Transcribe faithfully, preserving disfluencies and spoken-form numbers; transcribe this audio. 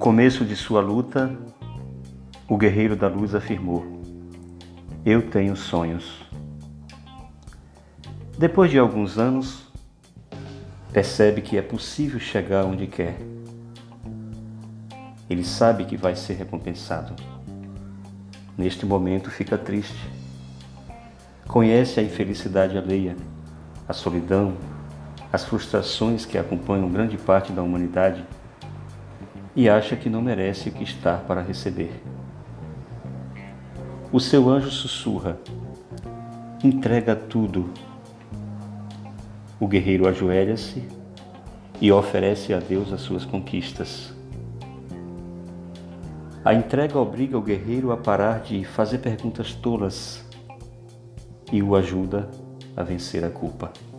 começo de sua luta, o guerreiro da luz afirmou: "Eu tenho sonhos." Depois de alguns anos, percebe que é possível chegar onde quer. Ele sabe que vai ser recompensado. Neste momento fica triste. Conhece a infelicidade alheia, a solidão, as frustrações que acompanham grande parte da humanidade e acha que não merece o que está para receber. O seu anjo sussurra: "Entrega tudo." O guerreiro ajoelha-se e oferece a Deus as suas conquistas. A entrega obriga o guerreiro a parar de fazer perguntas tolas e o ajuda a vencer a culpa.